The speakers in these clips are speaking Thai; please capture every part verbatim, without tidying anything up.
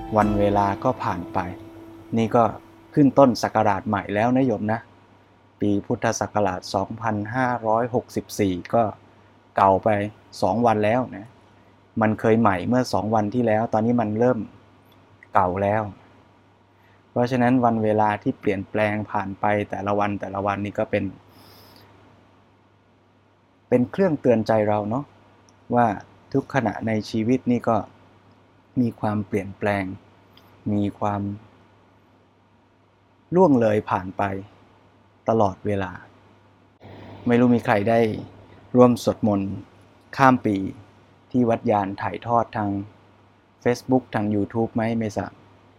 วันเวลาก็ผ่านไปนี่ก็ขึ้นต้นศักราชใหม่แล้วนะโยมนะปีพุทธศักราชสองพันห้าร้อยหกสิบสี่ก็เก่าไปสองวันแล้วนะมันเคยใหม่เมื่อสองวันที่แล้วตอนนี้มันเริ่มเก่าแล้วเพราะฉะนั้นวันเวลาที่เปลี่ยนแปลงผ่านไปแต่ละวันแต่ละวันนี่ก็เป็นเป็นเครื่องเตือนใจเราเนาะว่าทุกขณะในชีวิตนี่ก็มีความเปลี่ยนแปลงมีความล่วงเลยผ่านไปตลอดเวลาไม่รู้มีใครได้ร่วมสวดมนต์ข้ามปีที่วัดยานถ่ายทอดทาง Facebook ทาง YouTube ไหมไม่ทราบ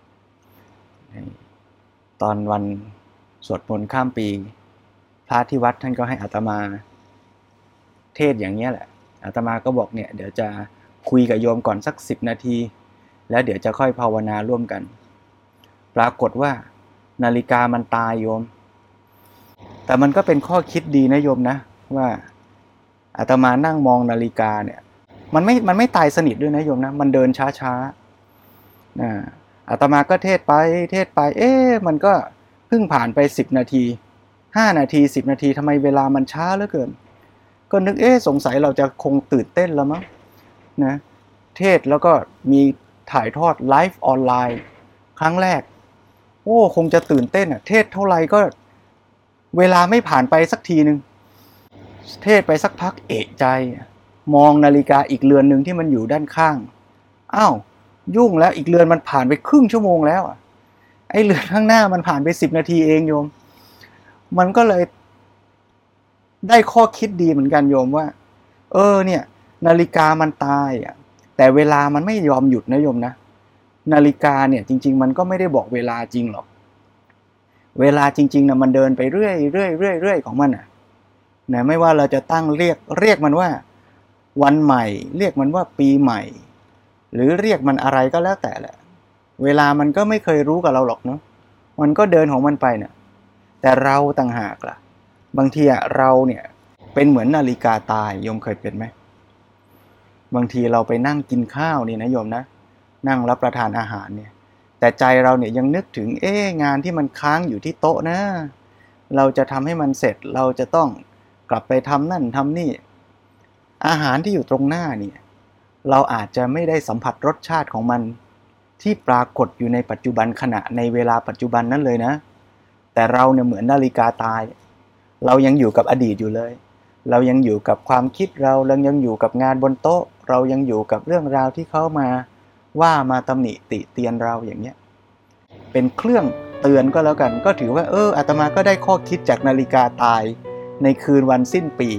ตอนวันสวดมนต์ข้ามปีพระที่วัดท่านก็ให้อาตมาเทศอย่างนี้แหละอาตมาก็บอกเนี่ยเดี๋ยวจะคุยกับโยมก่อนสักสิบนาทีแล้วเดี๋ยวจะค่อยภาวนาร่วมกันปรากฏว่านาฬิกามันตายโยมแต่มันก็เป็นข้อคิดดีนะโยมนะว่าอาตมานั่งมองนาฬิกาเนี่ยมันไม่มันไม่ตายสนิทด้วยนะโยมนะมันเดินช้าๆนะอาตมาก็เทศไปเทศไปเอ๊ะมันก็เพิ่งผ่านไปสิบนาทีห้านาทีสิบนาทีทำไมเวลามันช้าเหลือเกินก็นึกเอ๊ะสงสัยเราจะคงตื่นเต้นแล้วมั้งนะเทศแล้วก็มีถ่ายทอดไลฟ์ออนไลน์ครั้งแรกโอ้คงจะตื่นเต้นอ่ะเทศเท่าไหร่ก็เวลาไม่ผ่านไปสักทีนึงเทศไปสักพักเอะใจมองนาฬิกาอีกเรือนนึงที่มันอยู่ด้านข้างอ้าวยุ่งแล้วอีกเรือนมันผ่านไปครึ่งชั่วโมงแล้วอ่ะไอ้เรือนข้างหน้ามันผ่านไปสิบนาทีเองโยมมันก็เลยได้ข้อคิดดีเหมือนกันโยมว่าเออเนี่ยนาฬิกามันตายอ่ะแต่เวลามันไม่ยอมหยุดนะโยมนะนาฬิกาเนี่ยจริงๆมันก็ไม่ได้บอกเวลาจริงหรอกเวลาจริงๆนะมันเดินไปเรื่อยเรื่อยเรื่อยเรื่อยของมันอ่ะนะไม่ว่าเราจะตั้งเรียกเรียกมันว่าวันใหม่เรียกมันว่าปีใหม่หรือเรียกมันอะไรก็แล้วแต่แหละเวลามันก็ไม่เคยรู้กับเราหรอกเนาะมันก็เดินของมันไปเนี่ยแต่เราต่างหากล่ะบางทีอ่ะเราเนี่ยเป็นเหมือนนาฬิกาตายโยมเคยเป็นไหมบางทีเราไปนั่งกินข้าวนี่นะโยมนะนั่งรับประทานอาหารเนี่ยแต่ใจเราเนี่ยยังนึกถึงเอ๊ะงานที่มันค้างอยู่ที่โต๊ะนะเราจะทำให้มันเสร็จเราจะต้องกลับไปทำนั่นทำนี่อาหารที่อยู่ตรงหน้าเนี่ยเราอาจจะไม่ได้สัมผัสรสชาติของมันที่ปรากฏอยู่ในปัจจุบันขณะในเวลาปัจจุบันนั้นเลยนะแต่เราเนี่ยเหมือนนาฬิกาตายเรายังอยู่กับอดีตอยู่เลยเรายังอยู่กับความคิดเราเรายังอยู่กับงานบนโต๊ะเรายังอยู่กับเรื่องราวที่เขามาว่ามาตำหนิติเตียนเราอย่างเงี้ยเป็นเครื่องเตือนก็แล้วกันก็ถือว่าเอออาตมาก็ได้ข้อคิดจากนาฬิกาตายในคืนวันสิ้นปี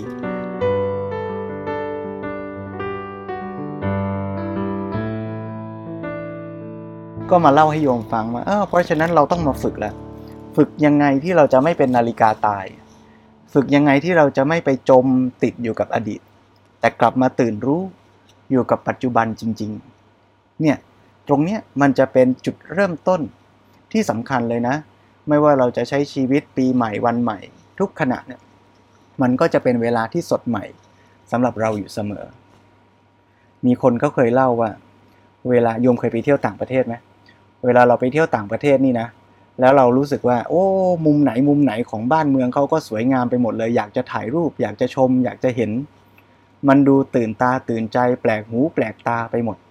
ก็มาเล่าให้โยมฟังว่าเออเพราะฉะนั้นเราต้องมาฝึกแล้วฝึกยังไงที่เราจะไม่เป็นนาฬิกาตายฝึกยังไงที่เราจะไม่ไปจมติดอยู่กับอดีตแต่กลับมาตื่นรู้อยู่กับปัจจุบันจริงๆเนี่ยตรงเนี้ยมันจะเป็นจุดเริ่มต้นที่สำคัญเลยนะไม่ว่าเราจะใช้ชีวิตปีใหม่วันใหม่ทุกขณะเนี่ยมันก็จะเป็นเวลาที่สดใหม่สำหรับเราอยู่เสมอมีคนเขาเคยเล่าว่าเวลาโยมเคยไปเที่ยวต่างประเทศไหมเวลาเราไปเที่ยวต่างประเทศนี่นะแล้วเรารู้สึกว่าโอ้มุมไหนมุมไหนของบ้านเมืองเขาก็สวยงามไปหมดเลยอยากจะถ่ายรูปอยากจะชมอยากจะเห็นมันดูตื่นตาตื่นใจแปลกหูแปลกตาไปหมด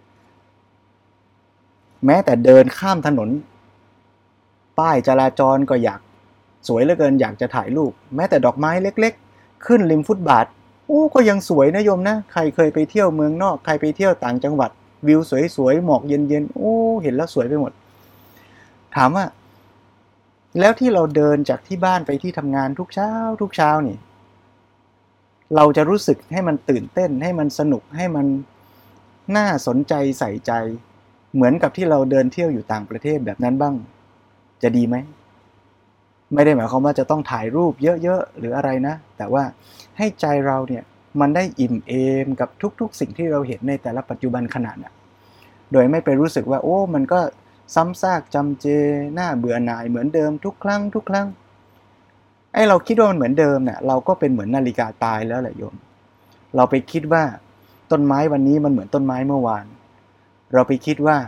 แม้แต่เดินข้ามถนนป้ายจราจรก็อยากสวยเหลือเกินอยากจะถ่ายรูปแม้แต่ดอกไม้เล็กๆขึ้นริมฟุตบาทโอ้ก็ยังสวยนะโยมนะใครเคยไปเที่ยวเมืองนอกใครไปเที่ยวต่างจังหวัดวิวสวยๆหมอกเย็นๆโอ้เห็นแล้วสวยไปหมดถามว่าแล้วที่เราเดินจากที่บ้านไปที่ทำงานทุกเช้าทุกเช้านี่เราจะรู้สึกให้มันตื่นเต้นให้มันสนุกให้มันน่าสนใจใส่ใจเหมือนกับที่เราเดินเที่ยวอยู่ต่างประเทศแบบนั้นบ้างจะดีไหมไม่ได้หมายความว่าจะต้องถ่ายรูปเยอะๆหรืออะไรนะแต่ว่าให้ใจเราเนี่ยมันได้อิ่มเอมกับทุกๆสิ่งที่เราเห็นในแต่ละปัจจุบันขณะน่ะโดยไม่ไปรู้สึกว่าโอ้มันก็ซ้ำซากจำเจน่าเบื่อหน่ายเหมือนเดิมทุกครั้งทุกครั้งไอ้เราคิดว่ามันเหมือนเดิมเนี่ยเราก็เป็นเหมือนนาฬิกาตายแล้วแหละโยมเราไปคิดว่าต้นไม้วันนี้มันเหมือนต้นไม้เมื่อวานเราไปคิดว่า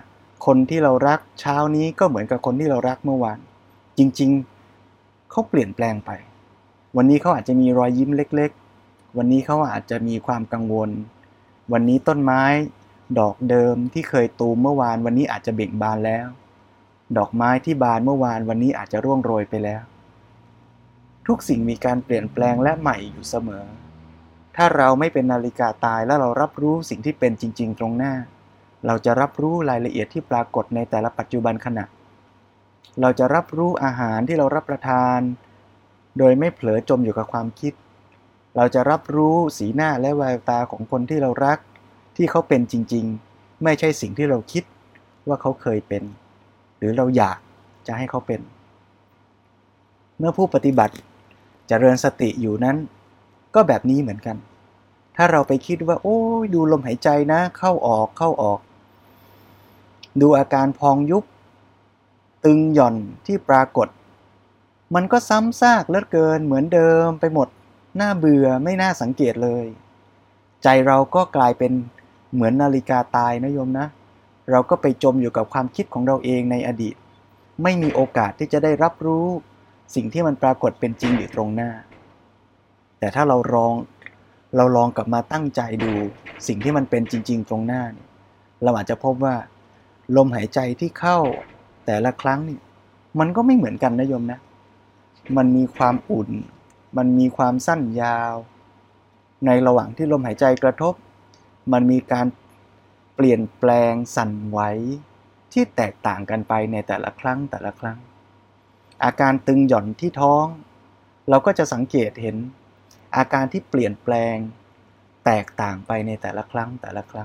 คนที่เรารักเช้านี้ก็เหมือนกับคนที่เรารักเมื่อวานจริงๆเขาเปลี่ยนแปลงไปวันนี้เขาอาจจะมีรอยยิ้มเล็กๆวันนี้เขาอาจจะมีความกังวลวันนี้ต้นไม้ดอกเดิมที่เคยตูมเมื่อวานวันนี้อาจจะเบ่งบานแล้วดอกไม้ที่บานเมื่อวานวันนี้อาจจะร่วงโรยไปแล้วทุกสิ่งมีการเปลี่ยนแปลงและใหม่อยู่เสมอถ้าเราไม่เป็นนาฬิกาตายแล้วเรารับรู้สิ่งที่เป็นจริงๆตรงหน้าเราจะรับรู้รายละเอียดที่ปรากฏในแต่ละปัจจุบันขณะเราจะรับรู้อาหารที่เรารับประทานโดยไม่เผลอจมอยู่กับความคิดเราจะรับรู้สีหน้าและแววตาของคนที่เรารักที่เขาเป็นจริงๆไม่ใช่สิ่งที่เราคิดว่าเขาเคยเป็นหรือเราอยากจะให้เขาเป็นเมื่อผู้ปฏิบัติเจริญสติอยู่นั้นก็แบบนี้เหมือนกันถ้าเราไปคิดว่าโอ้ยดูลมหายใจนะเข้าออกเข้าออกดูอาการพองยุบตึงหย่อนที่ปรากฏมันก็ซ้ำซากเหลือเกินเหมือนเดิมไปหมดน่าเบื่อไม่น่าสังเกตเลยใจเราก็กลายเป็นเหมือนนาฬิกาตายนะโยมนะเราก็ไปจมอยู่กับความคิดของเราเองในอดีตไม่มีโอกาสที่จะได้รับรู้สิ่งที่มันปรากฏเป็นจริงอยู่ตรงหน้าแต่ถ้าเราลองเราลองกลับมาตั้งใจดูสิ่งที่มันเป็นจริงๆตรงหน้าเนี่ยเราอาจจะพบว่าลมหายใจที่เข้าแต่ละครั้งเนี่ยมันก็ไม่เหมือนกันนะโยมนะมันมีความอุ่นมันมีความสั้นยาวในระหว่างที่ลมหายใจกระทบมันมีการเปลี่ยนแปลงสั่นไหวที่แตกต่างกันไปในแต่ละครั้งแต่ละครั้งอาการตึงหย่อนที่ท้องเราก็จะสังเกตเห็นอาการที่เปลี่ยนแปลงแตกต่างไปในแต่ละครั้งแต่ละครั้ง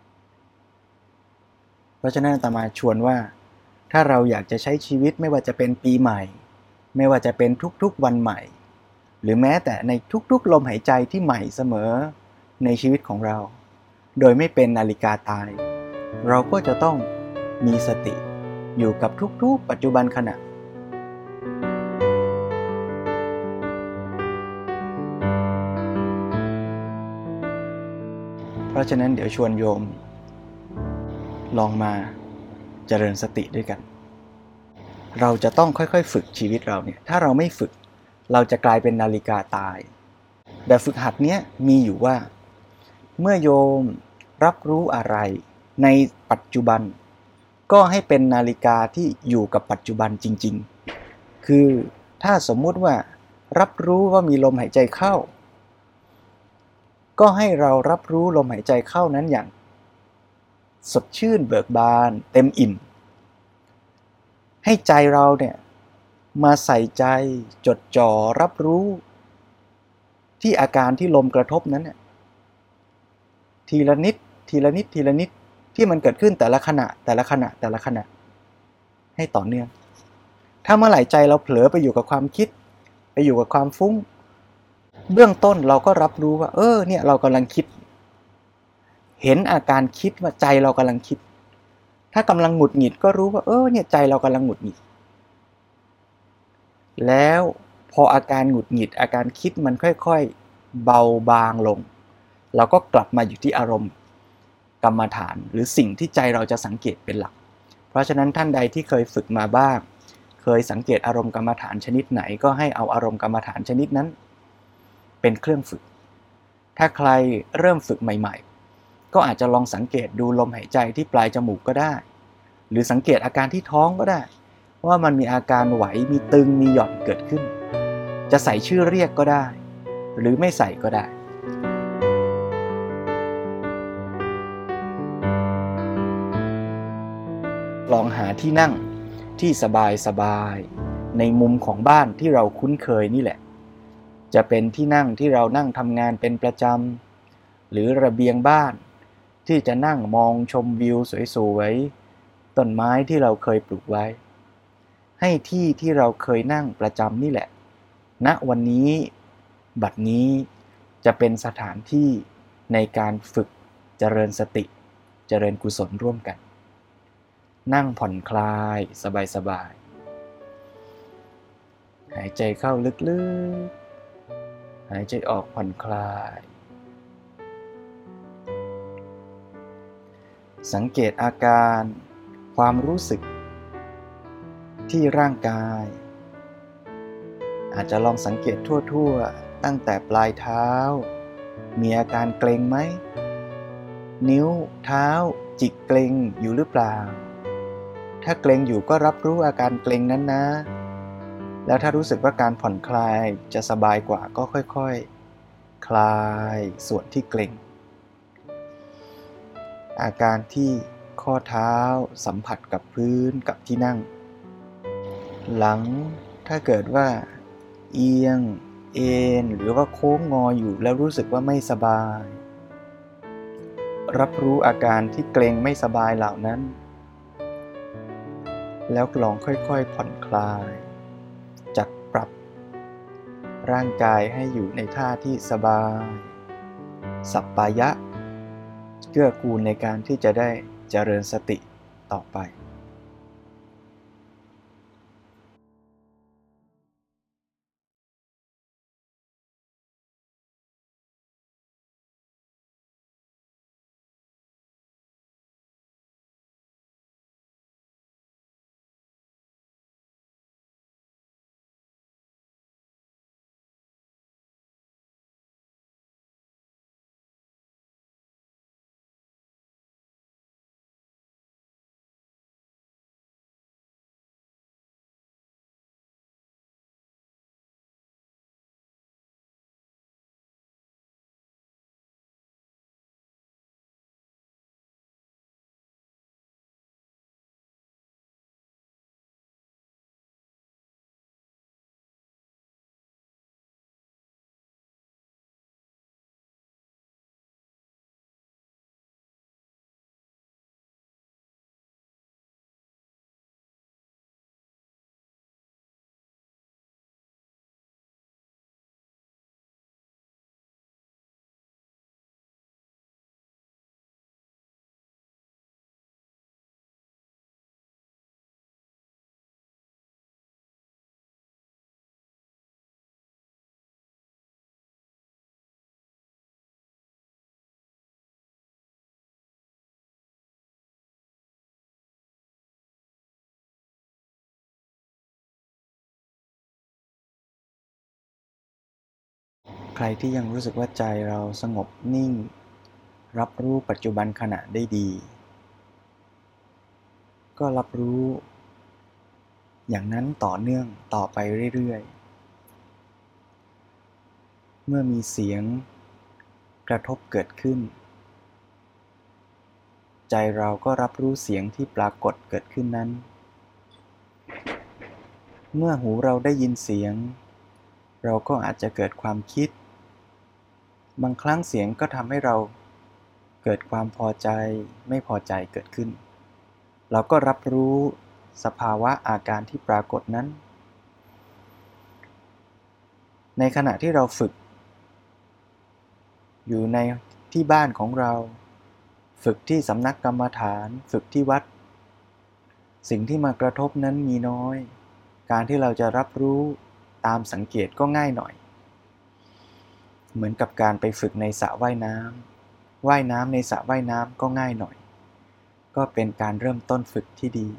เพราะฉะนั้นอาตมาชวนว่าถ้าเราอยากจะใช้ชีวิตไม่ว่าจะเป็นปีใหม่ไม่ว่าจะเป็นทุกๆวันใหม่หรือแม้แต่ในทุกๆลมหายใจที่ใหม่เสมอในชีวิตของเราโดยไม่เป็นนาฬิกาตายเราก็จะต้องมีสติอยู่กับทุกๆปัจจุบันขณะเพราะฉะนั้นเดี๋ยวชวนโยมลองมาเจริญสติด้วยกันเราจะต้องค่อยๆฝึกชีวิตเราเนี่ยถ้าเราไม่ฝึกเราจะกลายเป็นนาฬิกาตายแบบฝึกหัดเนี้ยมีอยู่ว่าเมื่อโยมรับรู้อะไรในปัจจุบันก็ให้เป็นนาฬิกาที่อยู่กับปัจจุบันจริงๆคือถ้าสมมุติว่ารับรู้ว่ามีลมหายใจเข้าก็ให้เรารับรู้ลมหายใจเข้านั้นอย่างสดชื่นเบิกบานเต็มอิ่มให้ใจเราเนี่ยมาใส่ใจจดจ่อรับรู้ที่อาการที่ลมกระทบนั้นเนี่ยทีละนิดทีละนิดทีละนิดที่มันเกิดขึ้นแต่ละขณะแต่ละขณะแต่ละขณะให้ต่อเนื่องถ้าเมื่อไหร่ใจเราเผลอไปอยู่กับความคิดไปอยู่กับความฟุ้งเบื้องต้นเราก็รับรู้ว่าเออเนี่ยเรากำลังคิดเห็นอาการคิดว่าใจเรากำลังคิดถ้ากำลังหงุดหงิดก็รู้ว่าเออเนี่ยใจเรากำลังหงุดหงิดแล้วพออาการหงุดหงิดอาการคิดมันค่อยๆเบาบางลงเราก็กลับมาอยู่ที่อารมณ์กรรมฐานหรือสิ่งที่ใจเราจะสังเกตเป็นหลักเพราะฉะนั้นท่านใดที่เคยฝึกมาบ้างเคยสังเกตอารมณ์กรรมฐานชนิดไหนก็ให้เอาอารมณ์กรรมฐานชนิดนั้นเป็นเครื่องฝึกถ้าใครเริ่มฝึกใหม่ๆก็อาจจะลองสังเกตดูลมหายใจที่ปลายจมูกก็ได้หรือสังเกตอาการที่ท้องก็ได้ว่ามันมีอาการไหวมีตึงมีหย่อนเกิดขึ้นจะใส่ชื่อเรียกก็ได้หรือไม่ใส่ก็ได้ลองหาที่นั่งที่สบายๆในมุมของบ้านที่เราคุ้นเคยนี่แหละจะเป็นที่นั่งที่เรานั่งทำงานเป็นประจำหรือระเบียงบ้านที่จะนั่งมองชมวิวสวยๆต้นไม้ที่เราเคยปลูกไว้ให้ที่ที่เราเคยนั่งประจำนี่แหละณวันนี้บัดนี้จะเป็นสถานที่ในการฝึกเจริญสติเจริญกุศลร่วมกันนั่งผ่อนคลายสบายๆหายใจเข้าลึกๆหายใจออกผ่อนคลายสังเกตอาการพความรู้สึกที่ร่างกายอาจจะลองสังเกตทั่วๆตั้งแต่ปลายเท้ามีอาการเกร็งไหมนิ้วเท้าจิกเกร็งอยู่หรือเปล่าถ้าเกร็งอยู่ก็รับรู้อาการเกร็งนั้นนะแล้วถ้ารู้สึกว่าการผ่อนคลายจะสบายกว่าก็ค่อยๆคลายส่วนที่เกร็งอาการที่ข้อเท้าสัมผัสกับพื้นกับที่นั่งหลังถ้าเกิดว่าเอียงเอ็นหรือว่าโค้งงออยู่แล้วรู้สึกว่าไม่สบายรับรู้อาการที่เกร็งไม่สบายเหล่านั้นแล้วลองค่อยๆผ่อนคลายจัดปรับร่างกายให้อยู่ในท่าที่สบายสัปปายะเกื้อกูลในการที่จะได้เจริญสติต่อไปใครที่ยังรู้สึกว่าใจเราสงบนิ่งรับรู้ปัจจุบันขณะได้ดีก็รับรู้อย่างนั้นต่อเนื่องต่อไปเรื่อยๆเมื่อมีเสียงกระทบเกิดขึ้นใจเราก็รับรู้เสียงที่ปรากฏเกิดขึ้นนั้นเมื่อหูเราได้ยินเสียงเราก็อาจจะเกิดความคิดบางครั้งเสียงก็ทำให้เราเกิดความพอใจไม่พอใจเกิดขึ้นเราก็รับรู้สภาวะอาการที่ปรากฏนั้นในขณะที่เราฝึกอยู่ในที่บ้านของเราฝึกที่สำนักกรรมฐานฝึกที่วัดสิ่งที่มากระทบนั้นมีน้อยการที่เราจะรับรู้ตามสังเกตก็ง่ายหน่อยเหมือนกับการไปฝึกในสระว่ายน้ำว่ายน้ำในสระว่ายน้ำก็ง่ายหน่อยก็เป็นการเริ่มต้นฝึกที่ดี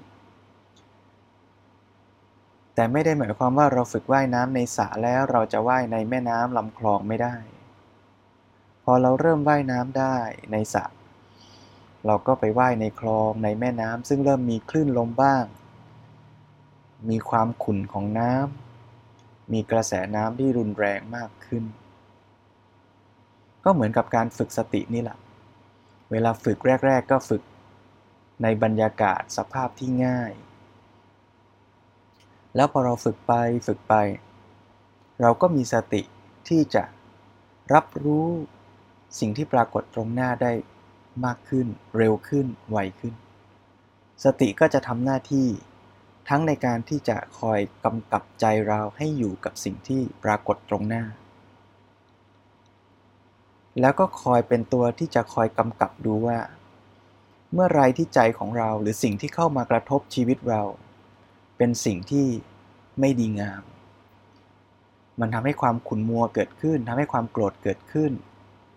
แต่ไม่ได้หมายความว่าเราฝึกว่ายน้ำในสระแล้วเราจะว่ายในแม่น้ำลำคลองไม่ได้พอเราเริ่มว่ายน้ำได้ในสระเราก็ไปว่ายในคลองในแม่น้ำซึ่งเริ่มมีคลื่นลมบ้างมีความขุ่นของน้ำมีกระแสน้ำที่รุนแรงมากขึ้นก็เหมือนกับการฝึกสตินี่แหละเวลาฝึกแรกๆก็ฝึกในบรรยากาศสภาพที่ง่ายแล้วพอเราฝึกไปฝึกไปเราก็มีสติที่จะรับรู้สิ่งที่ปรากฏตรงหน้าได้มากขึ้นเร็วขึ้นไวขึ้นสติก็จะทำหน้าที่ทั้งในการที่จะคอยกำกับใจเราให้อยู่กับสิ่งที่ปรากฏตรงหน้าแล้วก็คอยเป็นตัวที่จะคอยกำกับดูว่าเมื่อไรที่ใจของเราหรือสิ่งที่เข้ามากระทบชีวิตเราเป็นสิ่งที่ไม่ดีงามมันทำให้ความขุ่นมัวเกิดขึ้นทำให้ความโกรธเกิดขึ้น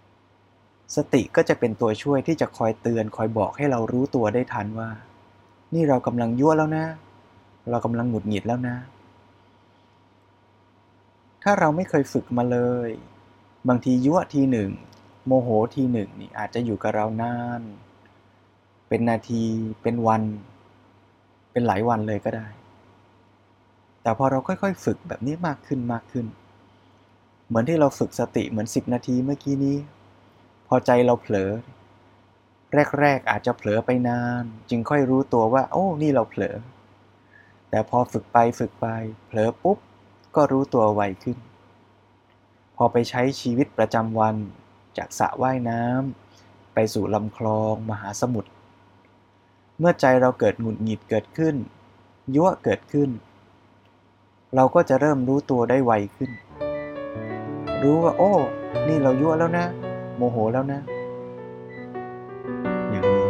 สติก็จะเป็นตัวช่วยที่จะคอยเตือนคอยบอกให้เรารู้ตัวได้ทันว่านี่เรากำลังยั่วแล้วนะเรากำลังหงุดหงิดแล้วนะถ้าเราไม่เคยฝึกมาเลยบางทียั่วทีหนึ่งโมโหทีหนึ่งนี่อาจจะอยู่กับเรานานเป็นนาทีเป็นวันเป็นหลายวันเลยก็ได้แต่พอเราค่อยๆฝึกแบบนี้มากขึ้นมากขึ้นเหมือนที่เราฝึกสติเหมือนสิบนาทีเมื่อกี้นี้พอใจเราเผลอแรกๆอาจจะเผลอไปนานจึงค่อยรู้ตัวว่าโอ้นี่เราเผลอแต่พอฝึกไปฝึกไปเผลอปุ๊บก็รู้ตัวไวขึ้นพอไปใช้ชีวิตประจำวันจากสระว่ายน้ำไปสู่ลำคลองมหาสมุทรเมื่อใจเราเกิดหงุดหงิดเกิดขึ้นยั่วเกิดขึ้นเราก็จะเริ่มรู้ตัวได้ไวขึ้นรู้ว่าโอ้นี่เรายั่วแล้วนะโมโหแล้วนะอย่างนี้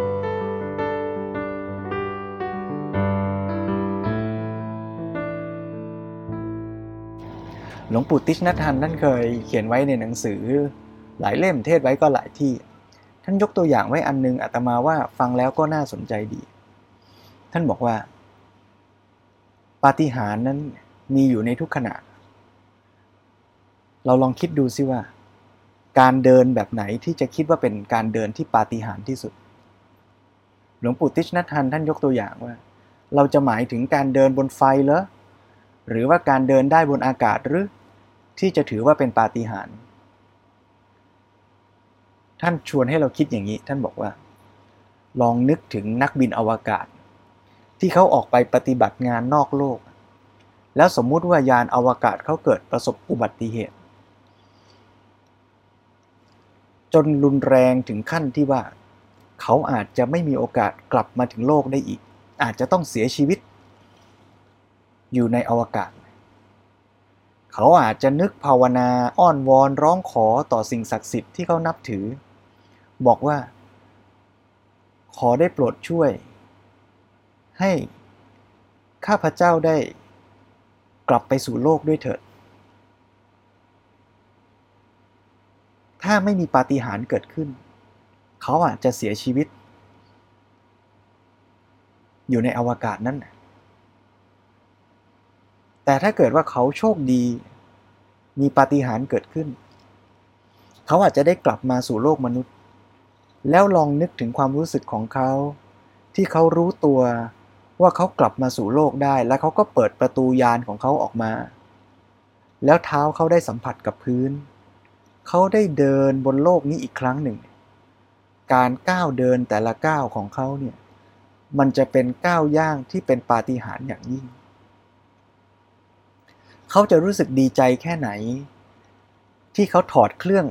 หลวงปู่ติช ณ ทันท่านเคยเขียนไว้ในหนังสือหลายเล่มเทศไว้ก็หลายที่ท่านยกตัวอย่างไว้อันนึงอาตมาว่าฟังแล้วก็น่าสนใจดีท่านบอกว่าปาฏิหาริย์นั้นมีอยู่ในทุกขณะเราลองคิดดูซิว่าการเดินแบบไหนที่จะคิดว่าเป็นการเดินที่ปาฏิหาริย์ที่สุดหลวงปู่ติช ณ ทันท่านยกตัวอย่างว่าเราจะหมายถึงการเดินบนไฟเหรอหรือว่าการเดินได้บนอากาศหรือที่จะถือว่าเป็นปาฏิหาริย์ท่านชวนให้เราคิดอย่างนี้ท่านบอกว่าลองนึกถึงนักบินอวกาศที่เขาออกไปปฏิบัติงานนอกโลกแล้วสมมุติว่ายานอวกาศเขาเกิดประสบอุบัติเหตุจนรุนแรงถึงขั้นที่ว่าเขาอาจจะไม่มีโอกาสกลับมาถึงโลกได้อีกอาจจะต้องเสียชีวิตอยู่ในอวกาศเขาอาจจะนึกภาวนาอ้อนวอนร้องขอต่อสิ่งศักดิ์สิทธิ์ที่เขานับถือบอกว่าขอได้โปรดช่วยให้ข้าพเจ้าได้กลับไปสู่โลกด้วยเถิดถ้าไม่มีปาฏิหาริย์เกิดขึ้นเขาอาจจะเสียชีวิตอยู่ในอวกาศนั่นแต่ถ้าเกิดว่าเขาโชคดีมีปาฏิหาริย์เกิดขึ้นเขาอาจจะได้กลับมาสู่โลกมนุษย์แล้วลองนึกถึงความรู้สึกของเขาที่เขารู้ตัวว่าเขากลับมาสู่โลกได้แล้วเขาก็เปิดประตูยานของเขาออกมาแล้วเท้าเขาได้สัมผัสกับพื้นเขาได้เดินบนโลกนี้อีกครั้งหนึ่งการก้าวเดินแต่ละก้าวของเขาเนี่ยมันจะเป็นก้าวย่างที่เป็นปาฏิหาริย์อย่างยิ่งเขาจะรู้สึกดีใจแค่ไหนที่เขาถอดเครื่อง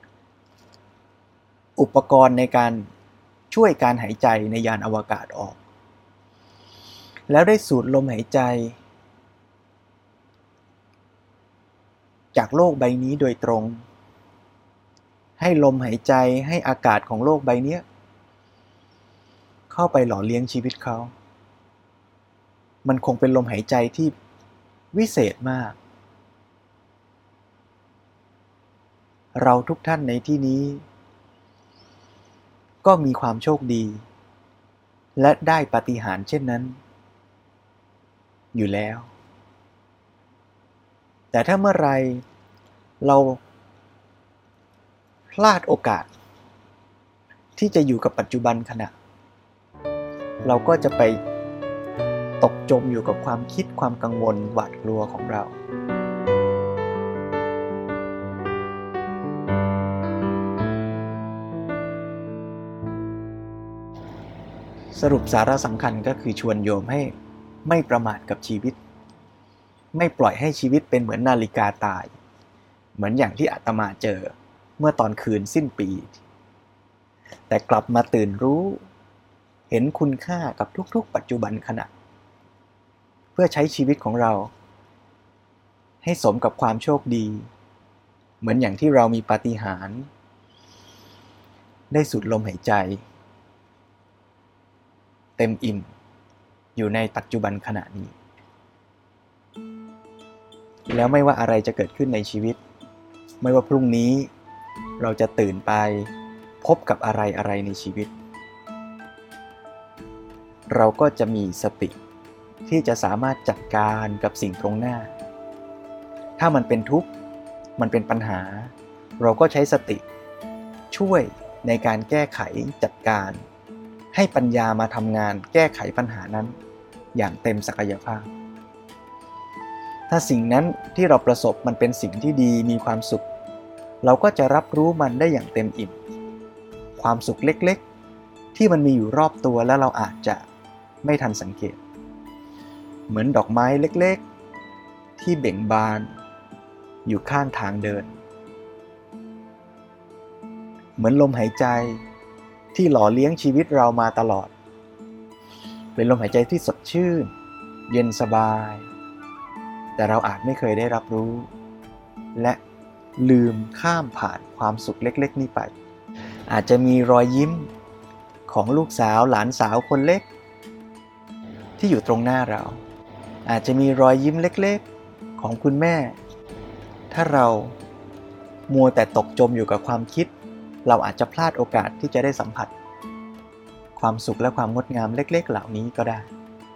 อุปกรณ์ในการช่วยการหายใจในยานอวกาศออกแล้วได้สูดลมหายใจจากโลกใบนี้โดยตรงให้ลมหายใจให้อากาศของโลกใบนี้เข้าไปหล่อเลี้ยงชีวิตเขามันคงเป็นลมหายใจที่วิเศษมากเราทุกท่านในที่นี้ก็มีความโชคดีและได้ปาฏิหาริย์เช่นนั้นอยู่แล้วแต่ถ้าเมื่อไรเราพลาดโอกาสที่จะอยู่กับปัจจุบันขณะเราก็จะไปตกจมอยู่กับความคิดความกังวลหวาดกลัวของเราสรุปสาระสำคัญก็คือชวนโยมให้ไม่ประมาทกับชีวิตไม่ปล่อยให้ชีวิตเป็นเหมือนนาฬิกาตายเหมือนอย่างที่อาตมาเจอเมื่อตอนคืนสิ้นปีแต่กลับมาตื่นรู้เห็นคุณค่ากับทุกๆปัจจุบันขณะเพื่อใช้ชีวิตของเราให้สมกับความโชคดีเหมือนอย่างที่เรามีปาฏิหาริย์ได้สูดลมหายใจเต็มอิ่มอยู่ในปัจจุบันขณะนี้แล้วไม่ว่าอะไรจะเกิดขึ้นในชีวิตไม่ว่าพรุ่งนี้เราจะตื่นไปพบกับอะไรอะไรในชีวิตเราก็จะมีสติที่จะสามารถจัดการกับสิ่งตรงหน้าถ้ามันเป็นทุกข์มันเป็นปัญหาเราก็ใช้สติช่วยในการแก้ไขจัดการให้ปัญญามาทำงานแก้ไขปัญหานั้นอย่างเต็มศักยภาพถ้าสิ่งนั้นที่เราประสบมันเป็นสิ่งที่ดีมีความสุขเราก็จะรับรู้มันได้อย่างเต็มอิ่มความสุขเล็กๆที่มันมีอยู่รอบตัวแล้วเราอาจจะไม่ทันสังเกตเหมือนดอกไม้เล็กๆที่เบ่งบานอยู่ข้างทางเดินเหมือนลมหายใจที่หล่อเลี้ยงชีวิตเรามาตลอดเป็นลมหายใจที่สดชื่นเย็นสบายแต่เราอาจไม่เคยได้รับรู้และลืมข้ามผ่านความสุขเล็กๆนี้ไปอาจจะมีรอยยิ้มของลูกสาวหลานสาวคนเล็กที่อยู่ตรงหน้าเราอาจจะมีรอยยิ้มเล็กๆของคุณแม่ถ้าเรามัวแต่ตกจมอยู่กับความคิดเราอาจจะพลาดโอกาสที่จะได้สัมผัสความสุขและความงดงามเล็กๆเหล่านี้ก็ได้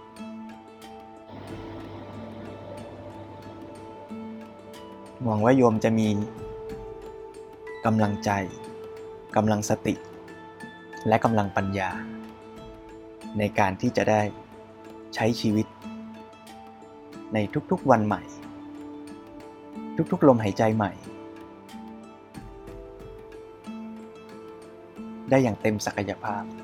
หวังว่าโยมจะมีกำลังใจกำลังสติและกำลังปัญญาในการที่จะได้ใช้ชีวิตในทุกๆวันใหม่ทุกๆลมหายใจใหม่ได้อย่างเต็มศักยภาพ